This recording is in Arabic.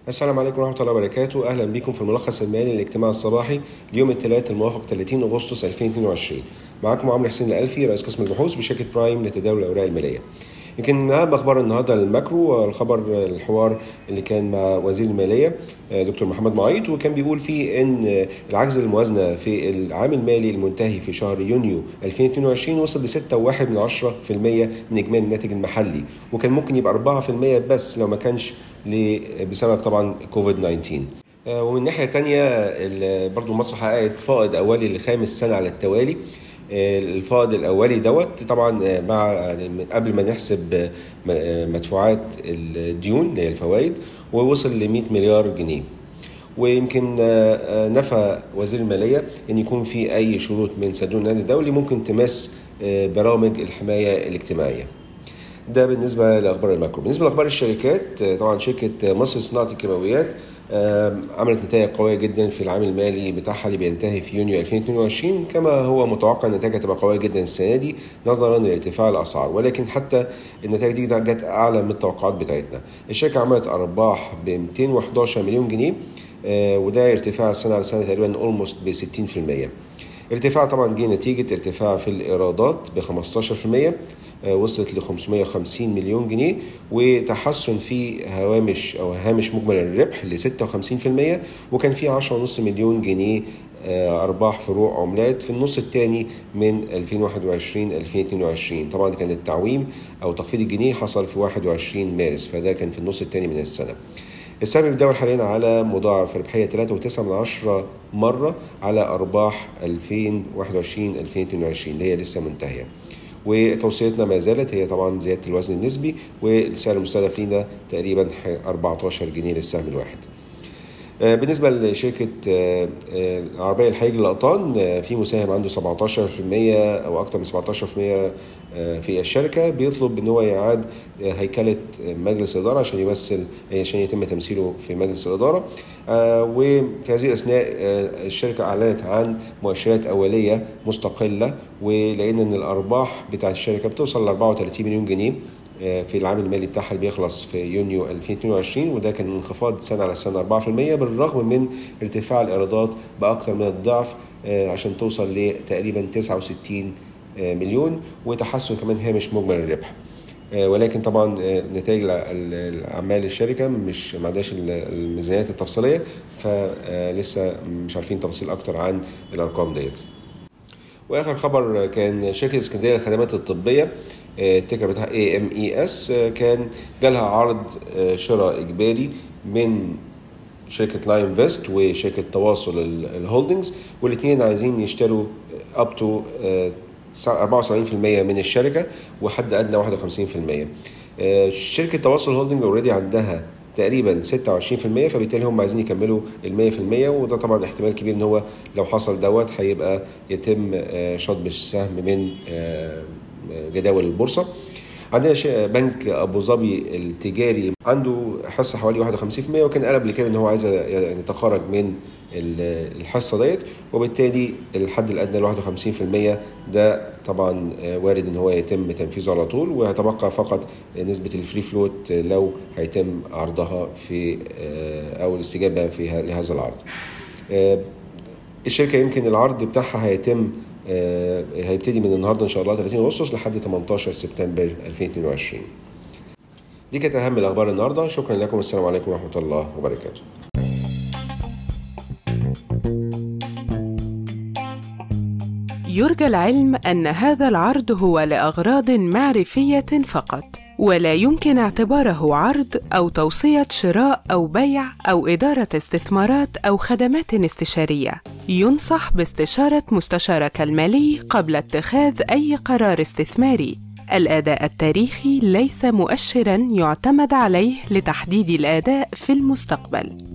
السلام عليكم ورحمة الله وبركاته. أهلا بكم في الملخص المالي للاجتماع الصباحي ليوم الثلاث الموافق 30 أغسطس 2022. معكم عمرو حسين الألفي رئيس قسم البحوث بشركة برايم لتداول الأوراق المالية. يمكن من أهم أخبار النهاردة الماكرو الخبر الحوار اللي كان مع وزير المالية دكتور محمد معيط، وكان بيقول فيه إن العجز الموازنة في العام المالي المنتهي في شهر يونيو 2022 وصل ل 6.1% من إجمالي الناتج المحلي، وكان ممكن يبقى 4% بس لو ما كانش بسبب طبعا كوفيد 19. ومن ناحية تانية برضو مصر حققت فائض أولي لخامس سنة على التوالي. الفائض الأولي دوت طبعا مع قبل ما نحسب مدفوعات الديون اللي هي الفوائد، ووصل ل 100 مليار جنيه. ويمكن نفى وزير المالية أن يكون في أي شروط من صندوق النقد الدولي ممكن تمس برامج الحماية الاجتماعية. ده بالنسبة لأخبار الماكرو. بالنسبة لأخبار الشركات، طبعا شركة مصر لصناعة الكيماويات عملت نتائج قوية جدا في العام المالي بتاعها اللي بينتهي في يونيو 2022، كما هو متوقع النتائج هتبقى قوية جدا السنة دي نظرا لارتفاع الأسعار، ولكن حتى النتائج دي جت أعلى من التوقعات بتاعتنا. الشركة عملت أرباح ب 211 مليون جنيه، وده ارتفاع السنة على سنة تقريبا almost ب 60%. ارتفاع طبعا جه نتيجة ارتفاع في الإيرادات ب 15%، وصلت ل 550 مليون جنيه، وتحسن في هامش مجمل الربح ل 56%، وكان في 10.5 مليون جنيه أرباح فروع عملات في النص الثاني من 2021-2022. طبعا كان التعويم أو تخفيض الجنيه حصل في 21 مارس، فده كان في النص الثاني من السنة. السهم بيتداول حاليا على مضاعف ربحية 3.9 مرة على أرباح 2021-2022 اللي هي لسه منتهية. وتوصيتنا ما زالت هي طبعا زيادة الوزن النسبي، والسعر المستهدف لينا تقريبا 14 جنيه للسهم الواحد. بالنسبة لشركة العربية الحقيقي للأقطان، في مساهم عنده 17% أو أكثر من 17% في الشركة، بيطلب إن هو يعاد هيكلة مجلس الإدارة عشان يتم تمثيله في مجلس الإدارة. وفي هذه الأثناء الشركة أعلنت عن مؤشرات أولية مستقلة، ولقينا إن الأرباح بتاعة الشركة بتوصل ل 34 مليون جنيه في العام المالي بتاعها اللي بيخلص في يونيو 2022، وده كان انخفاض سنة على سنة 4% بالرغم من ارتفاع الإيرادات بأكثر من الضعف عشان توصل لتقريبا 69 مليون، وتحسن كمان هامش مجمل الربح. ولكن طبعا نتائج اعمال الشركه ما عندهاش الميزانيات التفصيليه، فلسه مش عارفين تفاصيل اكتر عن الارقام ديت. واخر خبر كان شركه اسكندريه للخدمات الطبيه، التيكر بتاعها AMES، كان جالها عرض شراء اجباري من شركه لاين فيست وشركه تواصل الهولدنجز، والاثنين عايزين يشتروا up to 74% من الشركة وحد أدنى 51%. شركة تواصل هولدنج اوريدي عندها تقريبا 26%، فبالتالي هم عايزين يكملوا 100%، وده طبعا احتمال كبير ان هو لو حصل دوت هيبقى يتم شطب السهم من جداول البورصة. عندنا بنك أبو ظبي التجاري عنده حصة حوالي 51%، وكان قال قبل كده ان هو عايز يتخرج من الحصة ديت، وبالتالي الحد الأدنى ل 51% ده طبعا وارد ان هو يتم تنفيذه على طول، وهيتبقى فقط نسبة الفري فلوت لو هيتم عرضها في أو الاستجابة لهذا العرض. الشركة يمكن العرض بتاعها هيبتدي من النهاردة إن شاء الله 30 أغسطس لحد 18 سبتمبر 2022. دي كانت أهم الأخبار النهاردة. شكرا لكم والسلام عليكم ورحمة الله وبركاته. يرجى العلم أن هذا العرض هو لأغراض معرفية فقط، ولا يمكن اعتباره عرض أو توصية شراء أو بيع أو إدارة استثمارات أو خدمات استشارية. ينصح باستشارة مستشارك المالي قبل اتخاذ أي قرار استثماري. الأداء التاريخي ليس مؤشراً يعتمد عليه لتحديد الأداء في المستقبل.